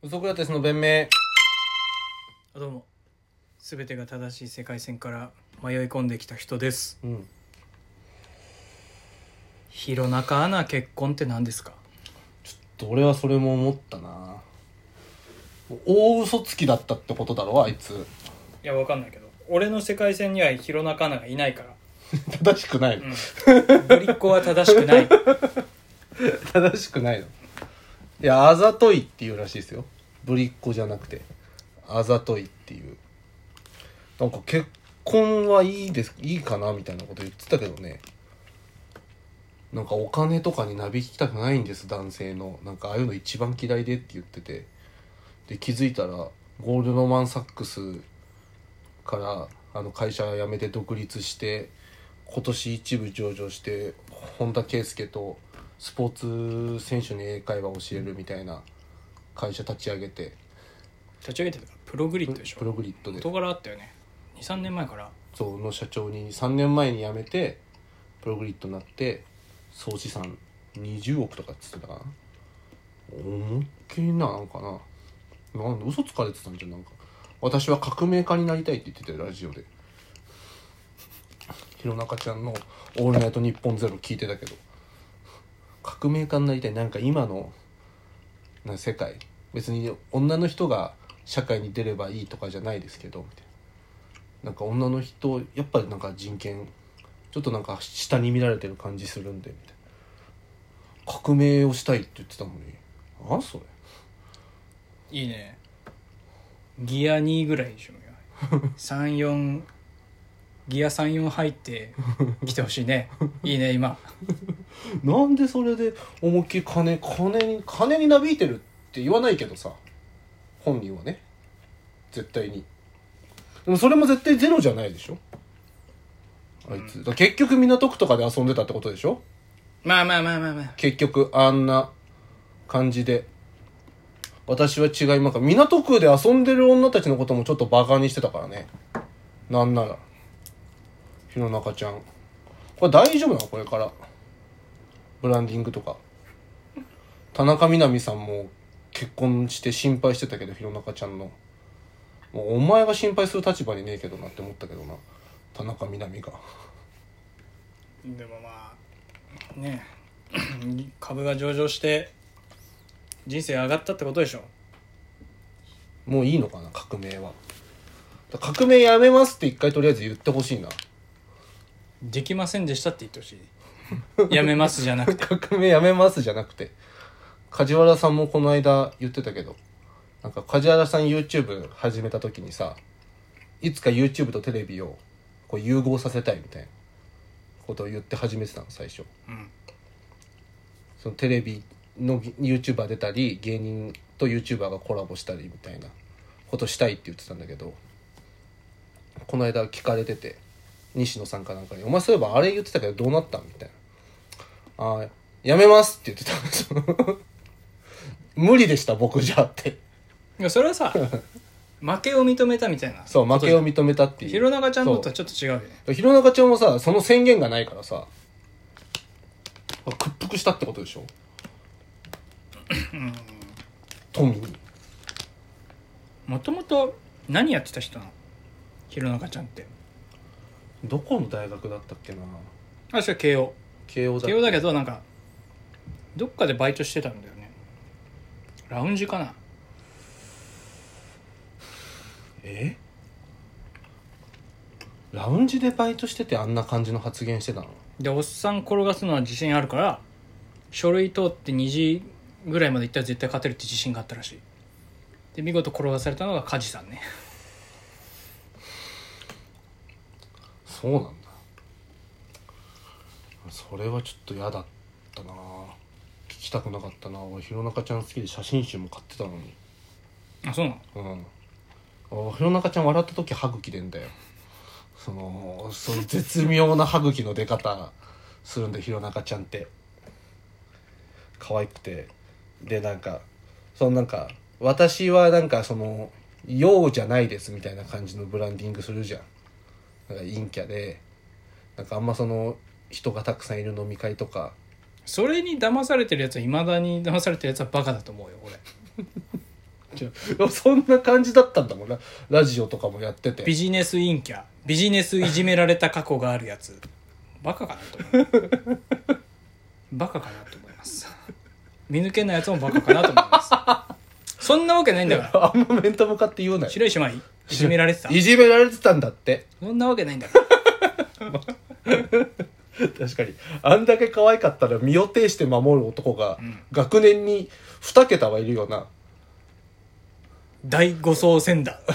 ソクラテスの弁明。 どうも、全てが正しい世界線から迷い込んできた人です。弘中アナ結婚って何ですか？ 俺はそれも思ったな。大嘘つきだったってことだろあいつ。 いや、わかんないけど、俺の世界線には弘中アナがいないから。 正しくないの、 ぶりっ子は正しくない。 正しくないの。いや、あざといっていうらしいですよ。ぶりっ子じゃなくてあざといっていう。なんか結婚はいいかなみたいなこと言ってたけどね。なんかお金とかになびきたくないんです、男性の。なんかああいうの一番嫌いでって言ってて、で気づいたらゴールドマンサックスから会社辞めて独立して、今年一部上場して本田圭佑とスポーツ選手に英会話を教えるみたいな会社立ち上げてたかプログリッドでしょ。 プログリッドで元からあったよね。 2,3 年前から。 そうの社長に3年前に辞めてプログリッドになって、総資産20億とかっつってたかな。思いっきりなんかな、なんで嘘つかれてたんじゃん。なんか私は革命家になりたいって言ってたよラジオで。弘中ちゃんの「オールナイトニッポンゼロ聞いてたけど、革命家になりたい。なんか今の世界、別に女の人が社会に出ればいいとかじゃないですけどみたいな。なんか女の人やっぱりなんか人権ちょっとなんか下に見られてる感じするんでみたいな。革命をしたいって言ってたのに、あそれいいね。ギア2ぐらいでしょ。34ギア34入ってきてほしいね。いいね今。 なんでそれで思いっきり金になびいてるって言わないけどさ、本人はね絶対に。でもそれも絶対ゼロじゃないでしょあいつ。だから結局港区とかで遊んでたってことでしょ。 まあ結局あんな感じで。私は違いますか。港区で遊んでる女たちのこともちょっとバカにしてたからね。なんなら弘中ちゃんこれ大丈夫なの、これからブランディングとか。田中みな実さんも結婚して心配してたけど、弘中ちゃんの、もうお前が心配する立場にねえけどなって思ったけどな、田中みな実が。 でもまあね株が上場して人生上がったってことでしょ。 もういいのかな革命は。革命やめますって一回とりあえず言ってほしいな。 できませんでしたって言ってほしい。やめますじゃなくて革命やめますじゃなくて。梶原さんもこの間言ってたけど、なんか梶原さん YouTube 始めた時にさ、いつか YouTube とテレビをこう融合させたいみたいなことを言って始めてたの最初。そのテレビの YouTuber 出たり芸人と YouTuber がコラボしたりみたいなことしたいって言ってたんだけど、この間聞かれてて、西野さんかなんかに「お前そういえばあれ言ってたけどどうなったん?」みたいな。「ああやめます」って言ってたんですよ。無理でした僕じゃって。 いやそれはさ負けを認めたみたいな。 そう負けを認めたっていう。 弘中ちゃんのとはちょっと違うよね。 弘中ちゃんもさその宣言がないからさ屈服したってことでしょ。富に。 もともと何やってた人なの弘中ちゃんって。 どこの大学だったっけな。 私は慶応だけど、なんかどっかでバイトしてたんだよね。ラウンジかな。 ラウンジでバイトしててあんな感じの発言してたの。 でおっさん転がすのは自信あるから書類通って2時ぐらいまで行ったら絶対勝てるって自信があったらしい。で見事転がされたのが梶さんね。 そうなんだ。それはちょっと嫌だったな。聞きたくなかったな。俺弘中ちゃん好きで写真集も買ってたのに。 あ、そうなの。弘中ちゃん笑った時歯茎出んだよ。その絶妙な歯茎の出方するんで弘中ちゃんって可愛くて。でなんか私はなんか陽じゃないですみたいな感じのブランディングするじゃん。なんか陰キャでなんかあんま人がたくさんいる飲み会とか。 それに騙されてるやつは未だに騙されてるやつはバカだと思うよ俺。 そんな感じだったんだもんな。ラジオとかもやってて。 ビジネス陰キャ、ビジネスいじめられた過去があるやつ、バカかなと思うバカかなと思います。見抜けないやつもバカかなと思います。そんなわけないんだから。 あんま面と向かって言うなよ。 白石麻衣いじめられてた。 いじめられてたんだって。 そんなわけないんだから確かにあんだけ可愛かったら身を挺して守る男が、 うん、 学年に2桁はいるよな。 大護送船だ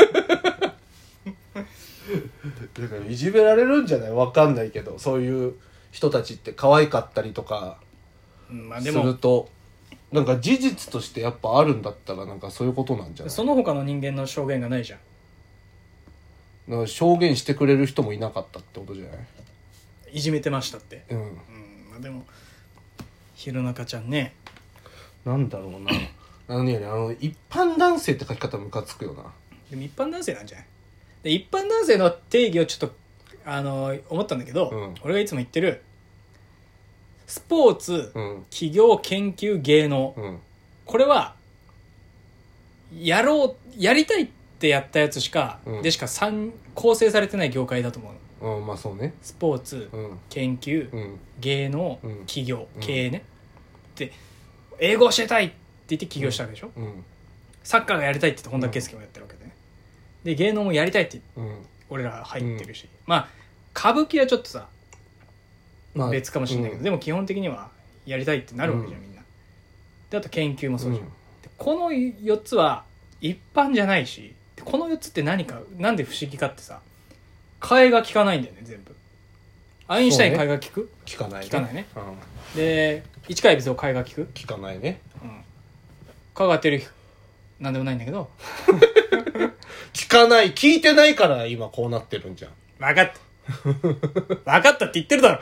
だからいじめられるんじゃない？わかんないけど、そういう人たちって可愛かったりとかまあですもると、なんか事実としてやっぱあるんだったら、なんかそういうことなんじゃない？ その他の人間の証言がないじゃん。 なんか証言してくれる人もいなかったってことじゃない？ いじめてましたって。 うん。 まあでも弘中ちゃんね。 なんだろうな。何より一般男性って書き方ムカつくよな。 でも一般男性なんじゃない？で一般男性の定義をちょっと思ったんだけど、 うん、 俺がいつも言ってるスポーツ、 うん、 企業、研究、芸能、 うん、 これはやりたいってやったやつしか、 うん、 でしか構成されてない業界だと思うの。 まあそうね。 スポーツ、 うん、 研究、 うん、 芸能、 うん、 企業、 うん、 経営ね。で英語教えたいって言って起業したわけでしょ、 うん、 サッカーがやりたいって言って本田圭佑もやってるわけでね。で芸能もやりたいって俺ら入ってるし、まあ歌舞伎はちょっとさ、まあ、別かもしれないけど、でも基本的にはやりたいってなるわけじゃん、みんな。であと研究もそうじゃん、でこの4つは一般じゃないし、この4つってなんで不思議かってさ、替えが利かないんだよね全部。アインシュタイン替えが利く？ 聞かないね。 聞かないね、で市川海老蔵替えが利く？ 聞かないね。 香川照之なんでもないんだけど聞かない、聞いてないから今こうなってるんじゃん。 分かったって言ってるだろ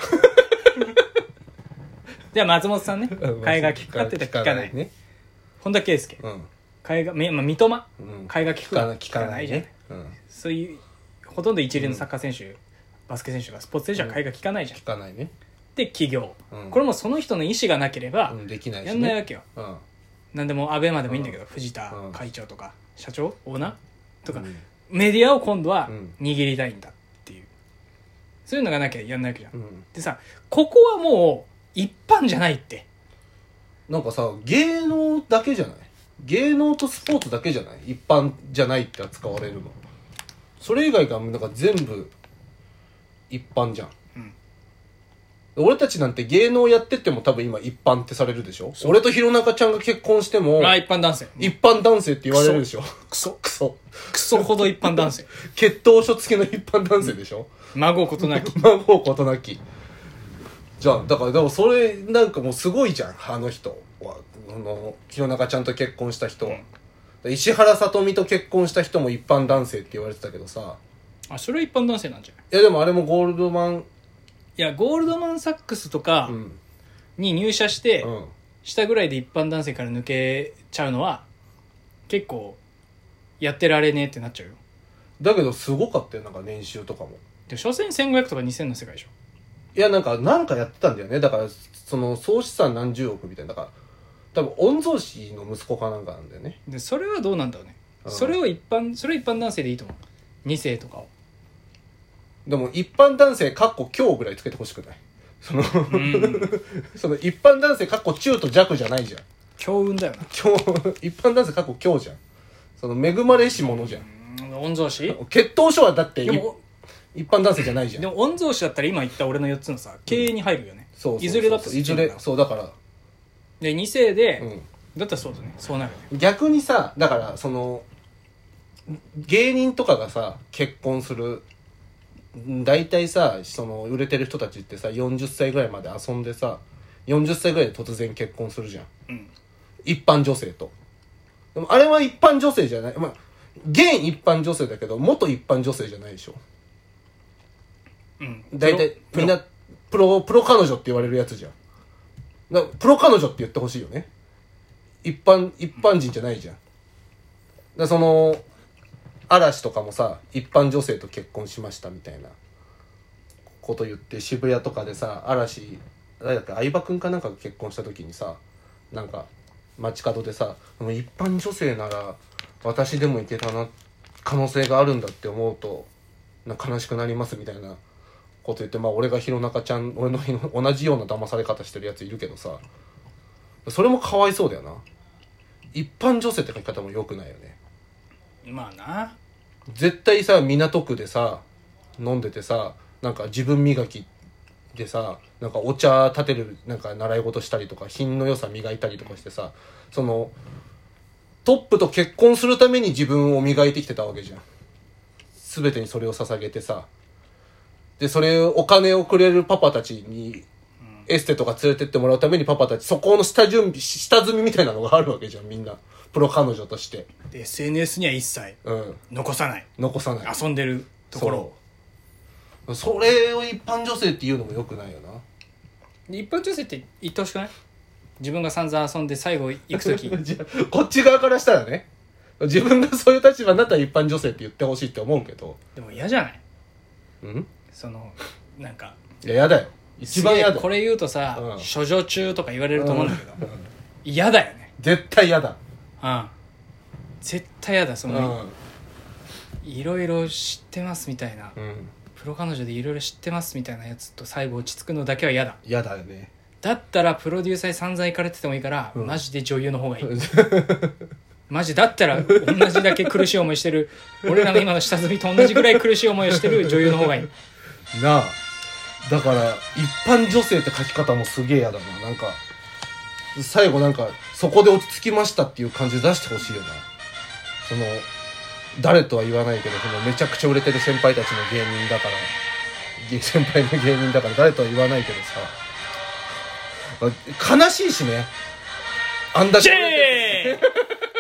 じゃあ松本さんね、替えが利くかって言ったら聞かないね。本田圭佑、替えが三笘、替えが利くか聞かないね。 そういうほとんど一流のサッカー選手、バスケ選手がスポーツ選手は替えが利かないじゃん。 聞かないね。 で企業、これもその人の意思がなければできないしね、 やんないわけよ。なんでもアベマでもいいんだけど、藤田会長とか社長オーナーとか、メディアを今度は握りたいんだっていう、そういうのがなきゃやんないわけじゃん、でさ、ここはもう一般じゃないって。 なんかさ、芸能だけじゃない？芸能とスポーツだけじゃない？一般じゃないって扱われるの。それ以外がなんか全部一般じゃん、俺たちなんて芸能やってても多分今一般ってされるでしょ。俺と弘中ちゃんが結婚しても一般男性、 一般男性って言われるでしょ。 クソほど一般男性血統書付きの一般男性でしょ、 孫ことなき孫ことなき。じゃあだからでもそれなんかもうすごいじゃん、あの人は。弘中ちゃんと結婚した人は、石原さとみと結婚した人も一般男性って言われてたけどさ。 あ、それは一般男性なんじゃない？ いやでもあれもゴールドマン、 いやゴールドマンサックスとかに入社して、したぐらいで一般男性から抜けちゃうのは結構やってられねえってなっちゃうよ。 だけどすごかったよ、なんか年収とかも。 で所詮1500とか2000の世界でしょ。 いやなんかやってたんだよね。だからその総資産何十億みたいな。だから多分御曹司の息子かなんかなんだよね。 でそれはどうなんだろうね、それは一般男性でいいと思う。2世とかを。 でも一般男性かっこ強ぐらいつけてほしくない？そのその一般男性かっこ中と弱じゃないじゃん。 強運だよな。 一般男性かっこ強じゃん。その恵まれし者じゃん。 御曹司血統書はだって一般男性じゃないじゃん。 でも御曹司だったら今言った俺の4つのさ経営に入るよね、 そういずれだったらいずれそうだからで2世で、だったらそうだね、そうなるね。 逆にさ、だからその芸人とかがさ結婚する、大体さその売れてる人たちってさ40歳ぐらいまで遊んでさ40歳ぐらいで突然結婚するじゃん、一般女性と。でもあれは一般女性じゃない、まあ現一般女性だけど元一般女性じゃないでしょ。大体みんなプロ彼女って言われるやつじゃん。プロ彼女って言ってほしいよね。一般人じゃないじゃん。その嵐とかもさ一般女性と結婚しましたみたいなこと言って渋谷とかでさ、嵐誰だっけ、相葉君かなんかが結婚した時にさ、なんか街角でさ、もう一般女性なら私でもいけたな、可能性があるんだって思うと悲しくなりますみたいなこと言って、まあ俺が弘中ちゃん、俺の同じような騙され方してるやついるけどさ、それもかわいそうだよな。一般女性って書き方も良くないよね。 まあな、 絶対さ、港区でさ飲んでてさ、なんか自分磨きでさ、なんかお茶立てるなんか習い事したりとか、品の良さ磨いたりとかしてさ、そのトップと結婚するために自分を磨いてきてたわけじゃん。全てにそれを捧げてさ、でそれお金をくれるパパたちにエステとか連れてってもらうために、パパたちそこの下積みみたいなのがあるわけじゃん、みんなプロ彼女として。 で SNS には一切残さない、 残さない、 遊んでるところ。 それを一般女性っていうのも良くないよな。 で一般女性って言ってほしくない？自分が散々遊んで最後行くときこっち側からしたらね、自分がそういう立場になったら一般女性って言ってほしいって思うけど、 でも嫌じゃない？ うんそのなんかいや嫌だよ、一番嫌だよ。 これ言うとさ、 うん、 処女中とか言われると思うんだけど、嫌だよね。 絶対嫌だ。 絶対嫌だ。その、いろいろ知ってますみたいな、プロ彼女でいろいろ知ってますみたいなやつと最後落ち着くのだけは嫌だ。 嫌だよね。 だったらプロデューサーに散々行かれててもいいから、マジで女優の方がいいマジだったら同じだけ苦しい思いしてる俺らの今の下積みと同じぐらい苦しい思いをしてる女優の方がいいなあ。だから一般女性って書き方もすげえ嫌だな。なんか最後なんかそこで落ち着きましたっていう感じで出してほしいよな。その誰とは言わないけど、そのめちゃくちゃ売れてる先輩たちの芸人だから、先輩の芸人だから誰とは言わないけどさ、悲しいしね、あんだけ売れてて